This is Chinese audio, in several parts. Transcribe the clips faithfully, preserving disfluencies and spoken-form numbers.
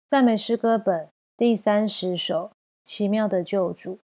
赞美诗歌本第三十首，奇妙的救主。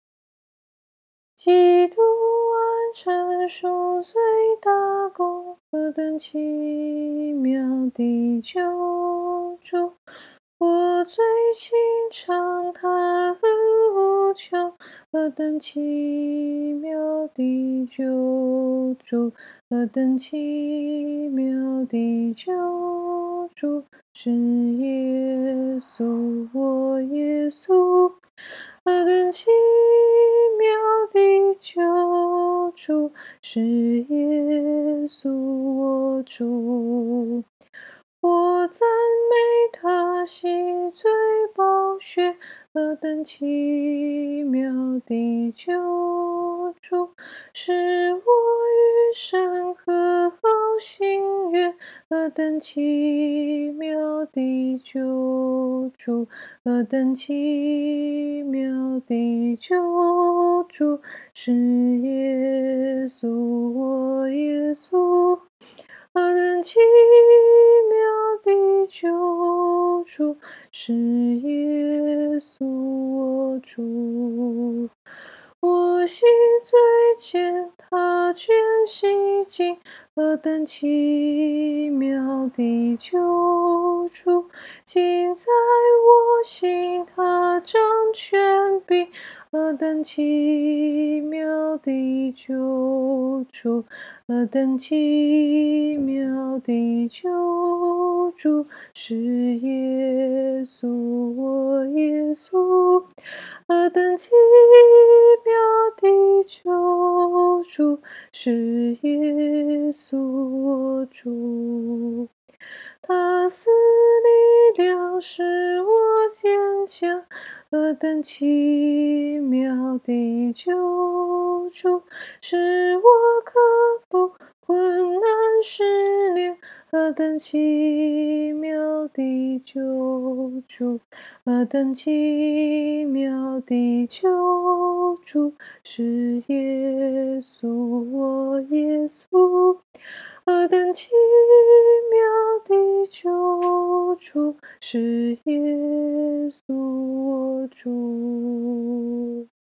基督完成赎罪大功，何等奇妙的救主！我最欣赏他呼求，何等奇妙的救主！何等奇妙的救主！是耶稣，我耶稣。何等奇妙的救主，是耶稣我主。我赞美他洗罪宝血，何等奇妙的救主，使我与神和好心悦，何等奇妙的救主，何等奇妙的救主，是耶稣，我耶稣。何等奇妙的救主，是耶稣我主。我心最见他全洗净，何等奇妙的救主！尽在我心，他掌权柄，何等奇妙的救主！何等奇妙的救主，是耶稣，我耶稣。何等奇妙的救主，是耶稣我主。他死力量使我坚强，何等奇妙的救主，使我克服困难试炼，何等奇妙的救主，何等奇妙的救主，是耶稣，我耶稣。何等奇妙的救主，是耶稣我主。